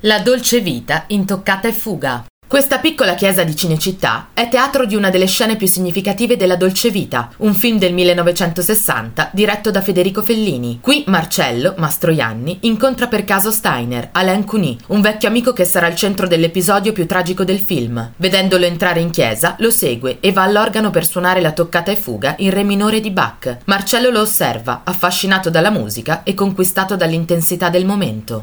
La dolce vita in Toccata e fuga. Questa piccola chiesa di Cinecittà è teatro di una delle scene più significative della Dolce Vita, un film del 1960 diretto da Federico Fellini. Qui Marcello, Mastroianni, incontra per caso Steiner, Alain Cuny, un vecchio amico che sarà il centro dell'episodio più tragico del film. Vedendolo entrare in chiesa, lo segue e va all'organo per suonare la Toccata e fuga in re minore di Bach. Marcello lo osserva, affascinato dalla musica e conquistato dall'intensità del momento.